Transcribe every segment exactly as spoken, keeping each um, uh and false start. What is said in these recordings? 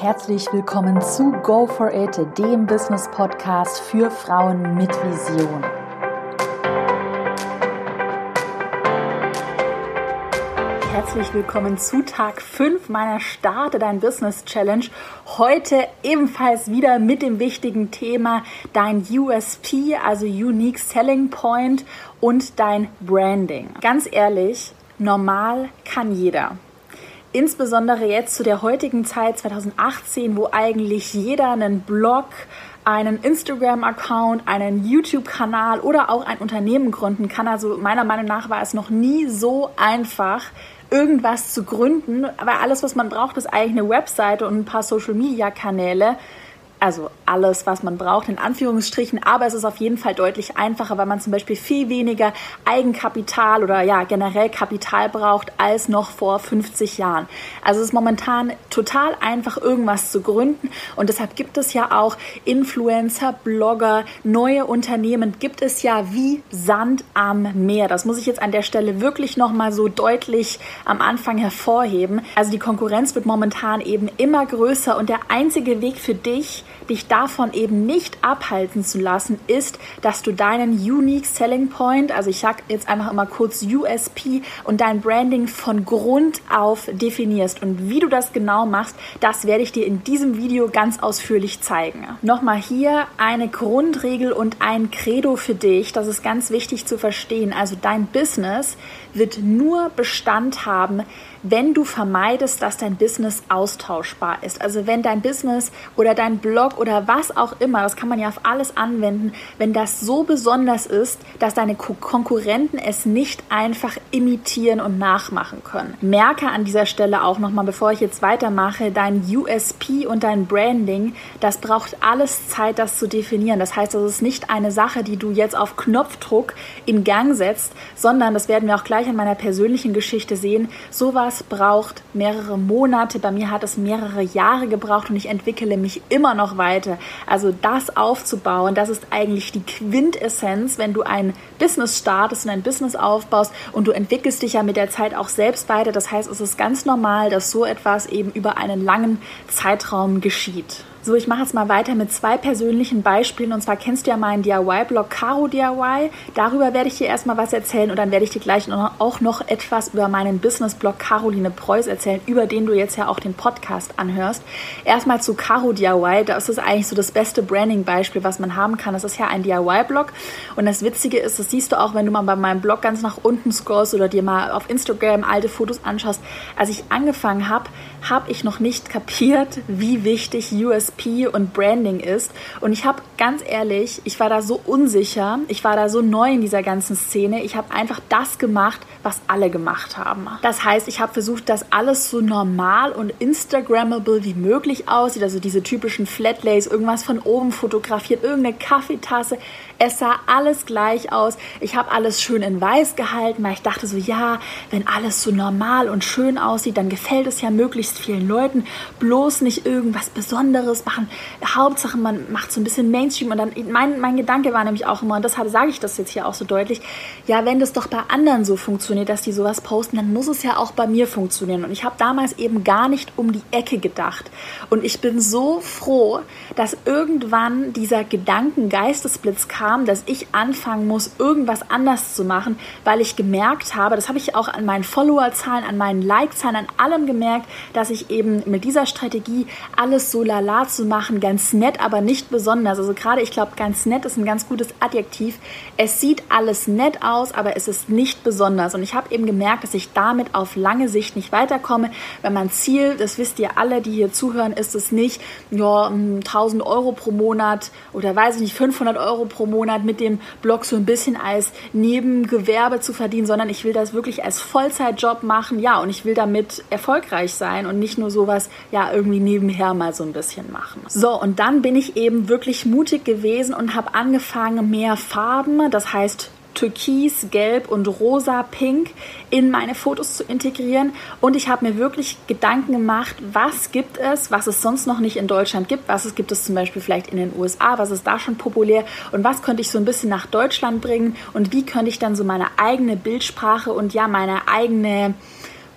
Herzlich willkommen zu Go For It, dem Business-Podcast für Frauen mit Vision. Herzlich willkommen zu Tag fünf meiner Starte Dein Business Challenge. Heute ebenfalls wieder mit dem wichtigen Thema dein U S P, also Unique Selling Point, und dein Branding. Ganz ehrlich, normal kann jeder. Insbesondere jetzt zu der heutigen Zeit zwanzig achtzehn, wo eigentlich jeder einen Blog, einen Instagram-Account, einen YouTube-Kanal oder auch ein Unternehmen gründen kann. Also meiner Meinung nach war es noch nie so einfach, irgendwas zu gründen. Aber alles, was man braucht, ist eigentlich eine Webseite und ein paar Social-Media-Kanäle. Also alles, was man braucht, in Anführungsstrichen, aber es ist auf jeden Fall deutlich einfacher, weil man zum Beispiel viel weniger Eigenkapital oder ja generell Kapital braucht als noch vor fünfzig Jahren. Also es ist momentan total einfach, irgendwas zu gründen, und deshalb gibt es ja auch Influencer, Blogger, neue Unternehmen, gibt es ja wie Sand am Meer. Das muss ich jetzt an der Stelle wirklich nochmal so deutlich am Anfang hervorheben. Also die Konkurrenz wird momentan eben immer größer, und der einzige Weg für dich, dich davon eben nicht abhalten zu lassen, ist, dass du deinen Unique Selling Point, also ich sage jetzt einfach immer kurz U S P, und dein Branding von Grund auf definierst. Und wie du das genau machst, das werde ich dir in diesem Video ganz ausführlich zeigen. Nochmal hier eine Grundregel und ein Credo für dich, das ist ganz wichtig zu verstehen. Also dein Business wird nur Bestand haben, wenn du vermeidest, dass dein Business austauschbar ist. Also wenn dein Business oder dein Blog oder was auch immer, das kann man ja auf alles anwenden, wenn das so besonders ist, dass deine Konkurrenten es nicht einfach imitieren und nachmachen können. Merke an dieser Stelle auch nochmal, bevor ich jetzt weitermache, dein U S P und dein Branding, das braucht alles Zeit, das zu definieren. Das heißt, das ist nicht eine Sache, die du jetzt auf Knopfdruck in Gang setzt, sondern, das werden wir auch gleich in meiner persönlichen Geschichte sehen, sowas braucht mehrere Monate. Bei mir hat es mehrere Jahre gebraucht, und ich entwickle mich immer noch weiter. Also das aufzubauen, das ist eigentlich die Quintessenz, wenn du ein Business startest und ein Business aufbaust, und du entwickelst dich ja mit der Zeit auch selbst weiter. Das heißt, es ist ganz normal, dass so etwas eben über einen langen Zeitraum geschieht. So, ich mache jetzt mal weiter mit zwei persönlichen Beispielen, und zwar kennst du ja meinen D I Y-Blog Caro D I Y. Darüber werde ich dir erstmal was erzählen, und dann werde ich dir gleich auch noch etwas über meinen Business-Blog Caroline Preuß erzählen, über den du jetzt ja auch den Podcast anhörst. Erstmal zu Caro D I Y, das ist eigentlich so das beste Branding-Beispiel, was man haben kann. Das ist ja ein D I Y-Blog, und das Witzige ist, das siehst du auch, wenn du mal bei meinem Blog ganz nach unten scrollst oder dir mal auf Instagram alte Fotos anschaust. Als ich angefangen habe, habe ich noch nicht kapiert, wie wichtig U S P und Branding ist. Und ich habe ganz ehrlich, ich war da so unsicher, ich war da so neu in dieser ganzen Szene. Ich habe einfach das gemacht, was alle gemacht haben. Das heißt, ich habe versucht, dass alles so normal und Instagrammable wie möglich aussieht. Also diese typischen Flatlays, irgendwas von oben fotografiert, irgendeine Kaffeetasse. Es sah alles gleich aus. Ich habe alles schön in weiß gehalten, weil ich dachte so, ja, wenn alles so normal und schön aussieht, dann gefällt es ja möglichst vielen Leuten. Bloß nicht irgendwas Besonderes machen. Hauptsache, man macht so ein bisschen Mainstream. Und dann mein, mein Gedanke war nämlich auch immer, und deshalb sage ich das jetzt hier auch so deutlich, ja, wenn das doch bei anderen so funktioniert, dass die sowas posten, dann muss es ja auch bei mir funktionieren. Und ich habe damals eben gar nicht um die Ecke gedacht. Und ich bin so froh, dass irgendwann dieser Gedanken-Geistesblitz kam, dass ich anfangen muss, irgendwas anders zu machen, weil ich gemerkt habe, das habe ich auch an meinen Followerzahlen, an meinen Like-Zahlen, an allem gemerkt, dass ich eben mit dieser Strategie alles so lala zu machen, ganz nett, aber nicht besonders. Also gerade, ich glaube, ganz nett ist ein ganz gutes Adjektiv. Es sieht alles nett aus, aber es ist nicht besonders. Und ich habe eben gemerkt, dass ich damit auf lange Sicht nicht weiterkomme, weil mein Ziel, das wisst ihr alle, die hier zuhören, ist es nicht, ja, tausend Euro pro Monat oder weiß ich nicht, fünfhundert Euro pro Monat mit dem Blog so ein bisschen als Nebengewerbe zu verdienen, sondern ich will das wirklich als Vollzeitjob machen, ja, und ich will damit erfolgreich sein und nicht nur sowas, ja, irgendwie nebenher mal so ein bisschen machen. So, und dann bin ich eben wirklich mutig gewesen und habe angefangen, mehr Farben, das heißt Türkis, Gelb und Rosa, Pink in meine Fotos zu integrieren, und ich habe mir wirklich Gedanken gemacht, was gibt es, was es sonst noch nicht in Deutschland gibt, was es gibt es zum Beispiel vielleicht in den U S A, was ist da schon populär, und was könnte ich so ein bisschen nach Deutschland bringen, und wie könnte ich dann so meine eigene Bildsprache und ja meine eigene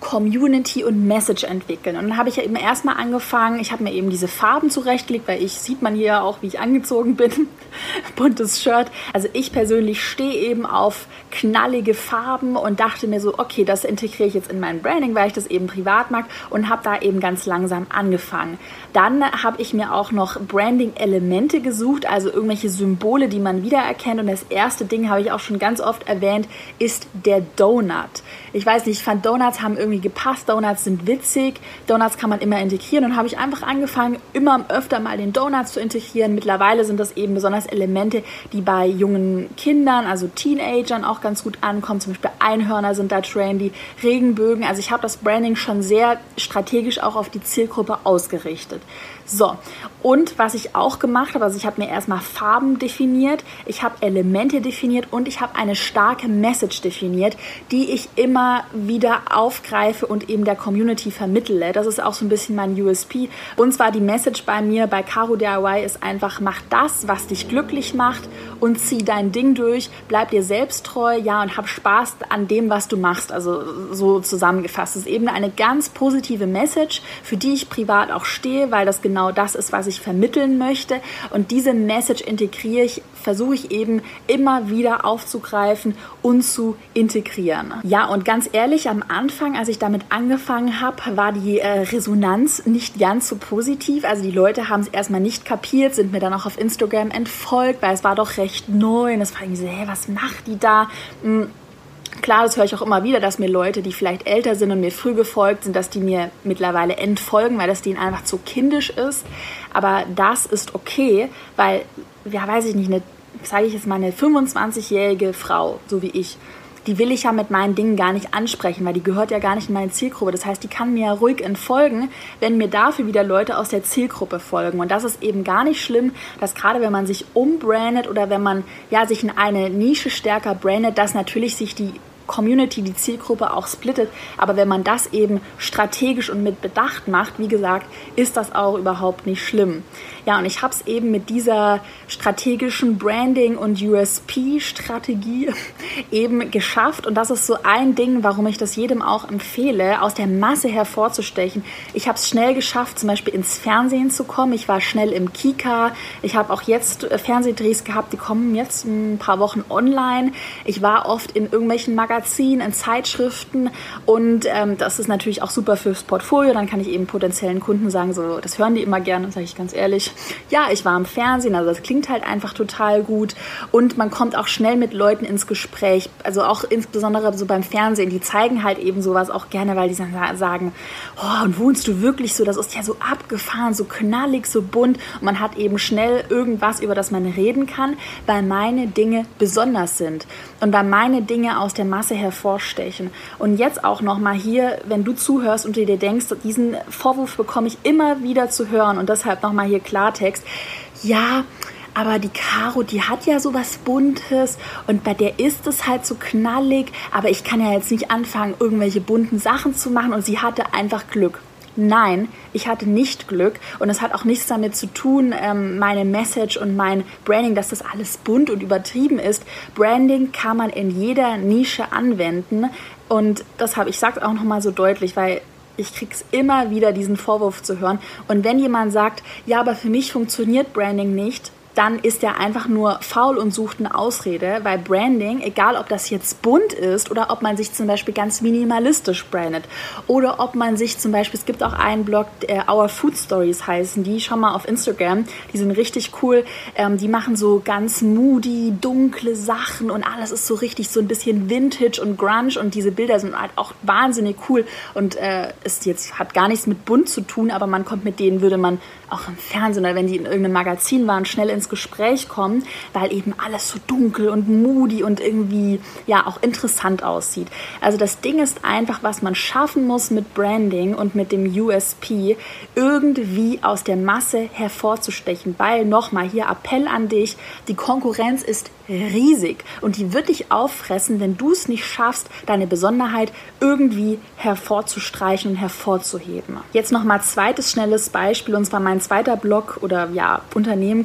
Community und Message entwickeln. Und dann habe ich ja eben erstmal angefangen, ich habe mir eben diese Farben zurechtgelegt, weil ich, sieht man hier ja auch, wie ich angezogen bin, buntes Shirt. Also ich persönlich stehe eben auf knallige Farben und dachte mir so, okay, das integriere ich jetzt in mein Branding, weil ich das eben privat mag und habe da eben ganz langsam angefangen. Dann habe ich mir auch noch Branding-Elemente gesucht, also irgendwelche Symbole, die man wiedererkennt. Und das erste Ding, habe ich auch schon ganz oft erwähnt, ist der Donut. Ich weiß nicht, ich fand Donuts haben irgendwie gepasst, Donuts sind witzig, Donuts kann man immer integrieren und habe ich einfach angefangen, immer öfter mal den Donut zu integrieren. Mittlerweile sind das eben besonders Elemente, die bei jungen Kindern, also Teenagern auch ganz gut ankommen. Zum Beispiel Einhörner sind da trendy, Regenbögen. Also ich habe das Branding schon sehr strategisch auch auf die Zielgruppe ausgerichtet. So, und was ich auch gemacht habe, also ich habe mir erstmal Farben definiert, ich habe Elemente definiert und ich habe eine starke Message definiert, die ich immer wieder aufgreife und eben der Community vermittle. Das ist auch so ein bisschen mein U S P. Und zwar die Message bei mir, bei Caro D I Y ist einfach, mach das, was dich glücklich macht und zieh dein Ding durch, bleib dir selbst treu, ja, und hab Spaß an dem, was du machst. Also so zusammengefasst. Das ist eben eine ganz positive Message, für die ich privat auch stehe, weil das genau das ist, was ich vermitteln möchte. Und diese Message integriere ich, versuche ich eben immer wieder aufzugreifen und zu integrieren. Ja, und ganz ehrlich, am Anfang, als ich damit angefangen habe, war die äh, Resonanz nicht ganz so positiv. Also die Leute haben es erstmal nicht kapiert, sind mir dann auch auf Instagram entfolgt, weil es war doch recht neu. Und es war irgendwie so, hey, was macht die da? Hm. Klar, das höre ich auch immer wieder, dass mir Leute, die vielleicht älter sind und mir früh gefolgt sind, dass die mir mittlerweile entfolgen, weil das denen einfach zu kindisch ist. Aber das ist okay, weil, ja, weiß ich nicht, eine, sage ich jetzt mal, eine fünfundzwanzigjährige Frau, so wie ich, die will ich ja mit meinen Dingen gar nicht ansprechen, weil die gehört ja gar nicht in meine Zielgruppe. Das heißt, die kann mir ja ruhig entfolgen, wenn mir dafür wieder Leute aus der Zielgruppe folgen. Und das ist eben gar nicht schlimm, dass gerade wenn man sich umbrandet oder wenn man ja sich in eine Nische stärker brandet, dass natürlich sich die Community, die Zielgruppe auch splittet. Aber wenn man das eben strategisch und mit Bedacht macht, wie gesagt, ist das auch überhaupt nicht schlimm. Ja, und ich habe es eben mit dieser strategischen Branding- und U S P-Strategie eben geschafft. Und das ist so ein Ding, warum ich das jedem auch empfehle, aus der Masse hervorzustechen. Ich habe es schnell geschafft, zum Beispiel ins Fernsehen zu kommen. Ich war schnell im Kika. Ich habe auch jetzt Fernsehdrehs gehabt, die kommen jetzt ein paar Wochen online. Ich war oft in irgendwelchen Magazinen, in Zeitschriften und ähm, das ist natürlich auch super fürs Portfolio. Dann kann ich eben potenziellen Kunden sagen, so, das hören die immer gerne, sage ich ganz ehrlich. Ja, ich war im Fernsehen, also das klingt halt einfach total gut und man kommt auch schnell mit Leuten ins Gespräch, also auch insbesondere so beim Fernsehen, die zeigen halt eben sowas auch gerne, weil die dann sagen, oh, und wohnst du wirklich so, das ist ja so abgefahren, so knallig, so bunt und man hat eben schnell irgendwas, über das man reden kann, weil meine Dinge besonders sind und weil meine Dinge aus der Masse hervorstechen. Und jetzt auch nochmal hier, wenn du zuhörst und du dir denkst, diesen Vorwurf bekomme ich immer wieder zu hören und deshalb nochmal hier Klartext. Ja, aber die Caro, die hat ja sowas Buntes und bei der ist es halt so knallig, aber ich kann ja jetzt nicht anfangen, irgendwelche bunten Sachen zu machen und sie hatte einfach Glück. Nein, ich hatte nicht Glück und es hat auch nichts damit zu tun, ähm, meine Message und mein Branding, dass das alles bunt und übertrieben ist. Branding kann man in jeder Nische anwenden und das habe ich sage auch nochmal so deutlich, weil ich krieg's immer wieder, diesen Vorwurf zu hören. Und wenn jemand sagt, ja, aber für mich funktioniert Branding nicht, dann ist er einfach nur faul und sucht eine Ausrede, weil Branding, egal ob das jetzt bunt ist oder ob man sich zum Beispiel ganz minimalistisch brandet oder ob man sich zum Beispiel, es gibt auch einen Blog, äh, Our Food Stories heißen die, schau mal auf Instagram, die sind richtig cool, ähm, die machen so ganz moody, dunkle Sachen und alles ist so richtig so ein bisschen Vintage und Grunge und diese Bilder sind halt auch wahnsinnig cool und äh, ist jetzt, hat gar nichts mit bunt zu tun, aber man kommt mit denen, würde man auch im Fernsehen oder wenn die in irgendeinem Magazin waren, schnell ins Gespräch kommen, weil eben alles so dunkel und moody und irgendwie ja auch interessant aussieht. Also das Ding ist einfach, was man schaffen muss mit Branding und mit dem U S P, irgendwie aus der Masse hervorzustechen, weil nochmal hier Appell an dich, die Konkurrenz ist riesig und die wird dich auffressen, wenn du es nicht schaffst, deine Besonderheit irgendwie hervorzustreichen und hervorzuheben. Jetzt nochmal zweites schnelles Beispiel und zwar mein zweiter Blog oder ja Unternehmen caroline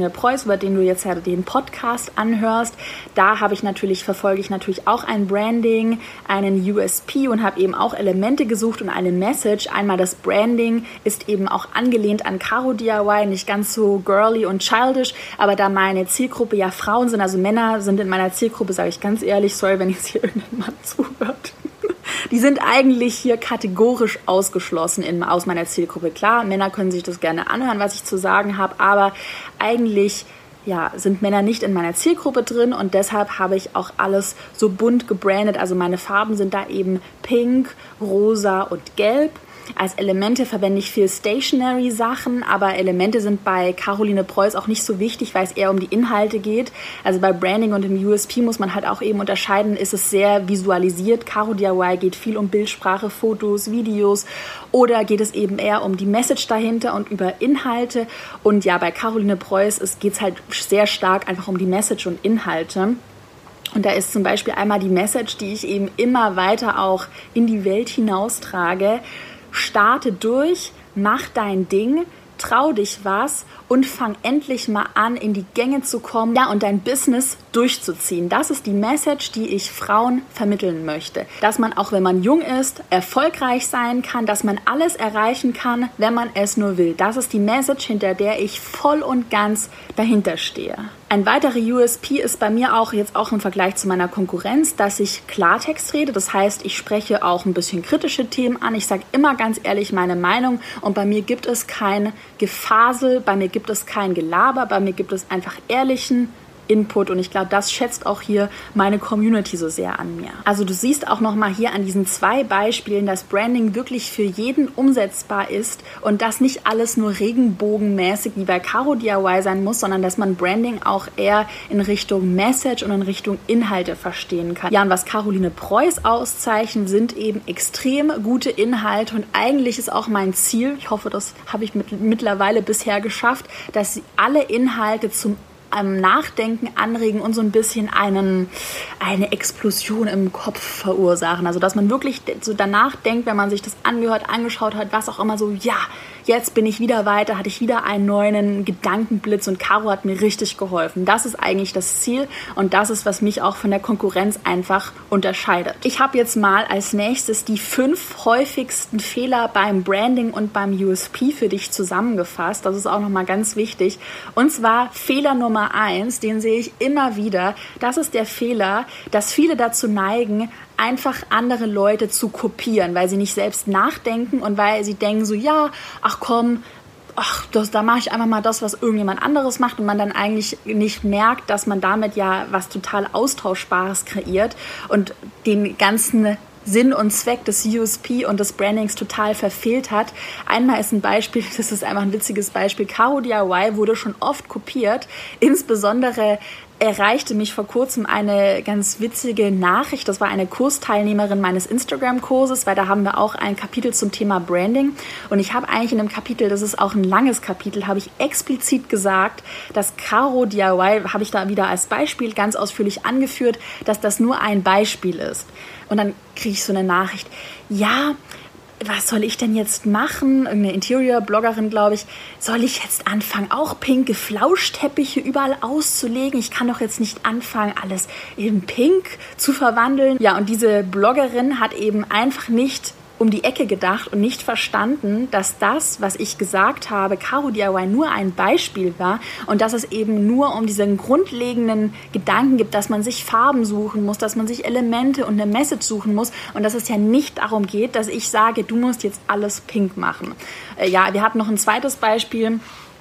Preuß, über den du jetzt ja den Podcast anhörst. Da habe ich natürlich, verfolge ich natürlich auch ein Branding, einen U S P und habe eben auch Elemente gesucht und eine Message. Einmal das Branding ist eben auch angelehnt an Caro D I Y, nicht ganz so girly und childish, aber da meine Zielgruppe ja Frauen sind, also Männer sind in meiner Zielgruppe, sage ich ganz ehrlich, sorry, wenn jetzt hier irgendein Mann zuhört. Die sind eigentlich hier kategorisch ausgeschlossen in, aus meiner Zielgruppe. Klar, Männer können sich das gerne anhören, was ich zu sagen habe, aber eigentlich ja, sind Männer nicht in meiner Zielgruppe drin und deshalb habe ich auch alles so bunt gebrandet. Also meine Farben sind da eben pink, rosa und gelb. Als Elemente verwende ich viel Stationary-Sachen, aber Elemente sind bei Caroline Preuß auch nicht so wichtig, weil es eher um die Inhalte geht. Also bei Branding und im U S P muss man halt auch eben unterscheiden, ist es sehr visualisiert. Caro D I Y geht viel um Bildsprache, Fotos, Videos oder geht es eben eher um die Message dahinter und über Inhalte. Und ja, bei Caroline Preuß geht es halt sehr stark einfach um die Message und Inhalte. Und da ist zum Beispiel einmal die Message, die ich eben immer weiter auch in die Welt hinaustrage. Starte durch, mach dein Ding, trau dich was und fang endlich mal an, in die Gänge zu kommen, ja, und dein Business durchzuziehen. Das ist die Message, die ich Frauen vermitteln möchte. Dass man, auch wenn man jung ist, erfolgreich sein kann, dass man alles erreichen kann, wenn man es nur will. Das ist die Message, hinter der ich voll und ganz dahinter stehe. Ein weiterer U S P ist bei mir auch jetzt auch im Vergleich zu meiner Konkurrenz, dass ich Klartext rede. Das heißt, ich spreche auch ein bisschen kritische Themen an. Ich sage immer ganz ehrlich meine Meinung und bei mir gibt es kein Gefasel, bei mir gibt es kein Gelaber, bei mir gibt es einfach ehrlichen Input und ich glaube, das schätzt auch hier meine Community so sehr an mir. Also du siehst auch nochmal hier an diesen zwei Beispielen, dass Branding wirklich für jeden umsetzbar ist und dass nicht alles nur regenbogenmäßig wie bei Caro D I Y sein muss, sondern dass man Branding auch eher in Richtung Message und in Richtung Inhalte verstehen kann. Ja, und was Caroline Preuß auszeichnet, sind eben extrem gute Inhalte und eigentlich ist auch mein Ziel, ich hoffe, das habe ich mit, mittlerweile bisher geschafft, dass sie alle Inhalte zum am Nachdenken anregen und so ein bisschen einen, eine Explosion im Kopf verursachen. Also, dass man wirklich so danach denkt, wenn man sich das angehört, angeschaut hat, was auch immer so, ja, jetzt bin ich wieder weiter, hatte ich wieder einen neuen Gedankenblitz und Caro hat mir richtig geholfen. Das ist eigentlich das Ziel und das ist, was mich auch von der Konkurrenz einfach unterscheidet. Ich habe jetzt mal als nächstes die fünf häufigsten Fehler beim Branding und beim U S P für dich zusammengefasst. Das ist auch nochmal ganz wichtig. Und zwar Fehler Nummer eins, den sehe ich immer wieder. Das ist der Fehler, dass viele dazu neigen, einfach andere Leute zu kopieren, weil sie nicht selbst nachdenken und weil sie denken so, ja, ach komm, ach, das, da mache ich einfach mal das, was irgendjemand anderes macht und man dann eigentlich nicht merkt, dass man damit ja was total Austauschbares kreiert und den ganzen Sinn und Zweck des U S P und des Brandings total verfehlt hat. Einmal ist ein Beispiel, das ist einfach ein witziges Beispiel, Caro D I Y wurde schon oft kopiert, insbesondere erreichte mich vor kurzem eine ganz witzige Nachricht. Das war eine Kursteilnehmerin meines Instagram-Kurses, weil da haben wir auch ein Kapitel zum Thema Branding. Und ich habe eigentlich in dem Kapitel, das ist auch ein langes Kapitel, habe ich explizit gesagt, dass Caro D I Y, habe ich da wieder als Beispiel ganz ausführlich angeführt, dass das nur ein Beispiel ist. Und dann kriege ich so eine Nachricht, ja, was soll ich denn jetzt machen? Irgendeine Interior-Bloggerin, glaube ich. Soll ich jetzt anfangen, auch pinke Flauschteppiche überall auszulegen? Ich kann doch jetzt nicht anfangen, alles in pink zu verwandeln. Ja, und diese Bloggerin hat eben einfach nicht um die Ecke gedacht und nicht verstanden, dass das, was ich gesagt habe, Caro D I Y nur ein Beispiel war und dass es eben nur um diesen grundlegenden Gedanken gibt, dass man sich Farben suchen muss, dass man sich Elemente und eine Message suchen muss und dass es ja nicht darum geht, dass ich sage, du musst jetzt alles pink machen. Äh, ja, wir hatten noch ein zweites Beispiel.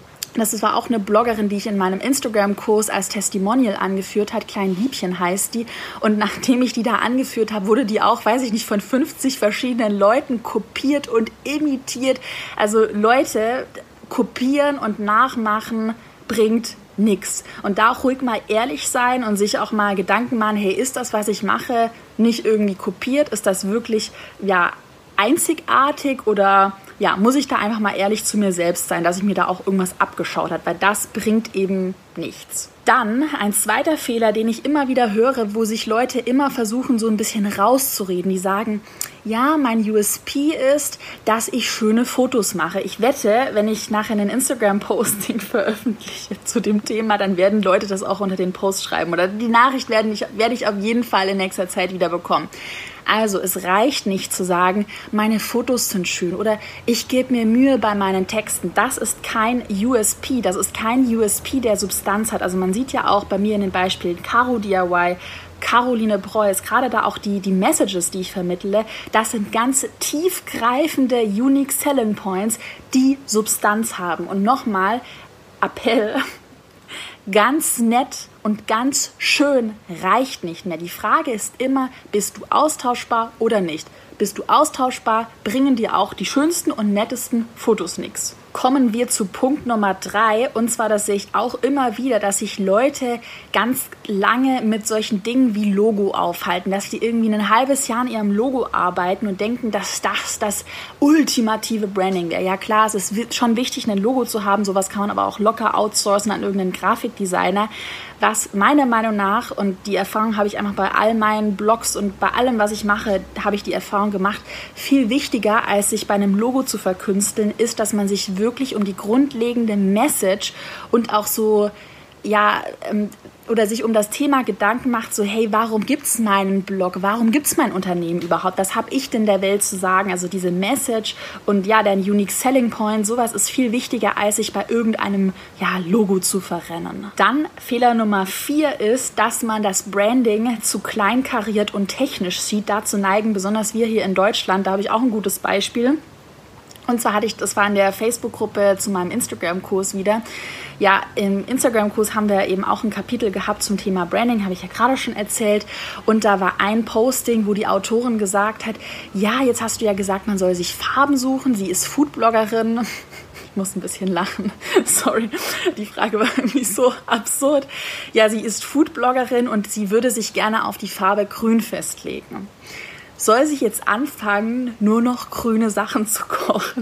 Das war auch eine Bloggerin, die ich in meinem Instagram-Kurs als Testimonial angeführt hat. Klein Liebchen heißt die. Und nachdem ich die da angeführt habe, wurde die auch, weiß ich nicht, von fünfzig verschiedenen Leuten kopiert und imitiert. Also Leute, kopieren und nachmachen bringt nix. Und da auch ruhig mal ehrlich sein und sich auch mal Gedanken machen, hey, ist das, was ich mache, nicht irgendwie kopiert? Ist das wirklich, ja, einzigartig oder ja, muss ich da einfach mal ehrlich zu mir selbst sein, dass ich mir da auch irgendwas abgeschaut habe, weil das bringt eben nichts. Dann ein zweiter Fehler, den ich immer wieder höre, wo sich Leute immer versuchen, so ein bisschen rauszureden. Die sagen, ja, mein U S P ist, dass ich schöne Fotos mache. Ich wette, wenn ich nachher einen Instagram-Posting veröffentliche zu dem Thema, dann werden Leute das auch unter den Post schreiben. Oder die Nachricht werde ich, werde ich auf jeden Fall in nächster Zeit wieder bekommen. Also es reicht nicht zu sagen, meine Fotos sind schön oder ich gebe mir Mühe bei meinen Texten. Das ist kein U S P, das ist kein U S P, der Substanz hat. Also man sieht ja auch bei mir in den Beispielen Caro D I Y, Caroline Preuß, gerade da auch die, die Messages, die ich vermittle, das sind ganz tiefgreifende Unique Selling Points, die Substanz haben. Und nochmal, Appell, ganz nett und ganz schön reicht nicht mehr. Die Frage ist immer, bist du austauschbar oder nicht? Bist du austauschbar, bringen dir auch die schönsten und nettesten Fotos nichts. Kommen wir zu Punkt Nummer drei, und zwar, das sehe ich auch immer wieder, dass sich Leute ganz lange mit solchen Dingen wie Logo aufhalten, dass die irgendwie ein halbes Jahr an ihrem Logo arbeiten und denken, dass das das ultimative Branding wäre. Ja klar, es ist schon wichtig, ein Logo zu haben, sowas kann man aber auch locker outsourcen an irgendeinen Grafikdesigner. Was meiner Meinung nach, und die Erfahrung habe ich einfach bei all meinen Blogs und bei allem, was ich mache, habe ich die Erfahrung gemacht, viel wichtiger, als sich bei einem Logo zu verkünsteln, ist, dass man sich wirklich um die grundlegende Message und auch so, ja, ähm, oder sich um das Thema Gedanken macht, so hey, warum gibt's meinen Blog, warum gibt's mein Unternehmen überhaupt, was habe ich denn der Welt zu sagen, also diese Message und ja, dein Unique Selling Point, sowas ist viel wichtiger, als sich bei irgendeinem ja, Logo zu verrennen. Dann Fehler Nummer vier ist, dass man das Branding zu kleinkariert und technisch sieht, dazu neigen besonders wir hier in Deutschland, da habe ich auch ein gutes Beispiel. Und zwar hatte ich, das war in der Facebook-Gruppe zu meinem Instagram-Kurs wieder. Ja, im Instagram-Kurs haben wir eben auch ein Kapitel gehabt zum Thema Branding, habe ich ja gerade schon erzählt. Und da war ein Posting, wo die Autorin gesagt hat, ja, jetzt hast du ja gesagt, man soll sich Farben suchen. Sie ist Foodbloggerin. Ich muss ein bisschen lachen. Sorry, die Frage war irgendwie so absurd. Ja, sie ist Foodbloggerin und sie würde sich gerne auf die Farbe Grün festlegen. Soll sich jetzt anfangen, nur noch grüne Sachen zu kochen?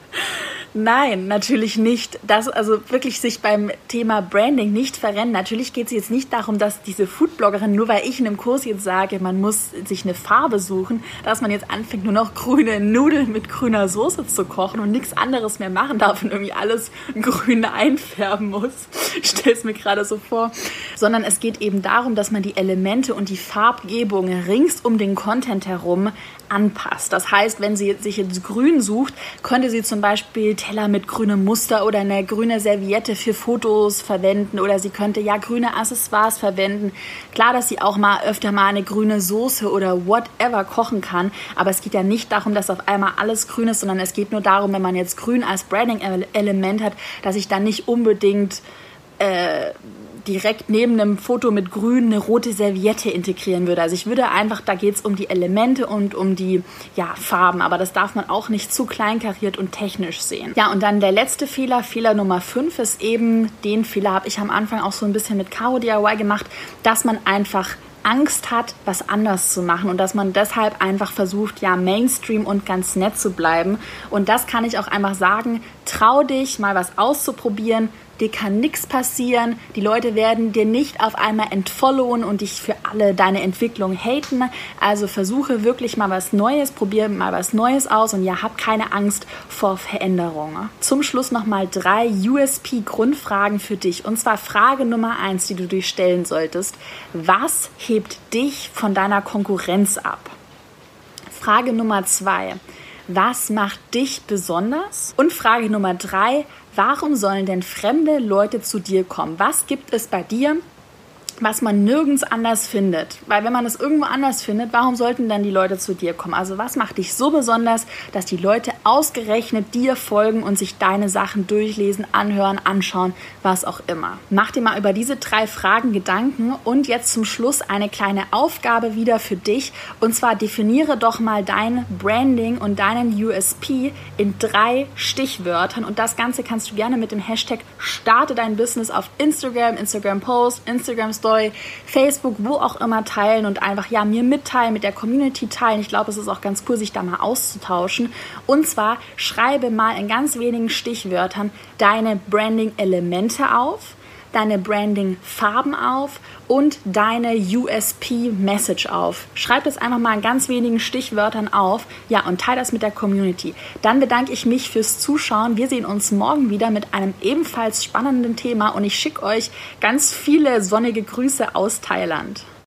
Nein, natürlich nicht. Das also wirklich sich beim Thema Branding nicht verrennen. Natürlich geht es jetzt nicht darum, dass diese Foodbloggerin, nur weil ich in einem Kurs jetzt sage, man muss sich eine Farbe suchen, dass man jetzt anfängt, nur noch grüne Nudeln mit grüner Soße zu kochen und nichts anderes mehr machen darf und irgendwie alles grün einfärben muss. Ich stelle es mir gerade so vor. Sondern es geht eben darum, dass man die Elemente und die Farbgebung rings um den Content herum anpasst. Das heißt, wenn sie sich jetzt grün sucht, könnte sie zum Beispiel Teller mit grünem Muster oder eine grüne Serviette für Fotos verwenden oder sie könnte ja grüne Accessoires verwenden. Klar, dass sie auch mal öfter mal eine grüne Soße oder whatever kochen kann, aber es geht ja nicht darum, dass auf einmal alles grün ist, sondern es geht nur darum, wenn man jetzt grün als Branding-Element hat, dass ich dann nicht unbedingt äh, direkt neben einem Foto mit grün eine rote Serviette integrieren würde. Also ich würde einfach, da geht es um die Elemente und um die ja, Farben, aber das darf man auch nicht zu kleinkariert und technisch sehen. Ja, und dann der letzte Fehler, Fehler Nummer fünf ist eben, den Fehler habe ich am Anfang auch so ein bisschen mit Caro D I Y gemacht, dass man einfach Angst hat, was anders zu machen und dass man deshalb einfach versucht, ja, Mainstream und ganz nett zu bleiben. Und das kann ich auch einfach sagen, trau dich, mal was auszuprobieren. Dir kann nichts passieren, die Leute werden dir nicht auf einmal entfollowen und dich für alle deine Entwicklung haten. Also versuche wirklich mal was Neues, probiere mal was Neues aus und ja, hab keine Angst vor Veränderungen. Zum Schluss nochmal drei U S P-Grundfragen für dich. Und zwar Frage Nummer eins, die du dir stellen solltest. Was hebt dich von deiner Konkurrenz ab? Frage Nummer zwei. Was macht dich besonders? Und Frage Nummer drei, warum sollen denn fremde Leute zu dir kommen? Was gibt es bei dir, was man nirgends anders findet? Weil wenn man es irgendwo anders findet, warum sollten dann die Leute zu dir kommen? Also was macht dich so besonders, dass die Leute ausgerechnet dir folgen und sich deine Sachen durchlesen, anhören, anschauen, was auch immer? Mach dir mal über diese drei Fragen Gedanken und jetzt zum Schluss eine kleine Aufgabe wieder für dich. Und zwar definiere doch mal dein Branding und deinen U S P in drei Stichwörtern. Und das Ganze kannst du gerne mit dem Hashtag Starte dein Business auf Instagram, Instagram Post, Instagram Story, Facebook, wo auch immer teilen und einfach ja mir mitteilen, mit der Community teilen. Ich glaube, es ist auch ganz cool, sich da mal auszutauschen. Und zwar schreibe mal in ganz wenigen Stichwörtern deine Branding-Elemente auf. deine Branding-Farben auf und deine U S P-Message auf. Schreib das einfach mal in ganz wenigen Stichwörtern auf, ja, und teile das mit der Community. Dann bedanke ich mich fürs Zuschauen. Wir sehen uns morgen wieder mit einem ebenfalls spannenden Thema und ich schicke euch ganz viele sonnige Grüße aus Thailand.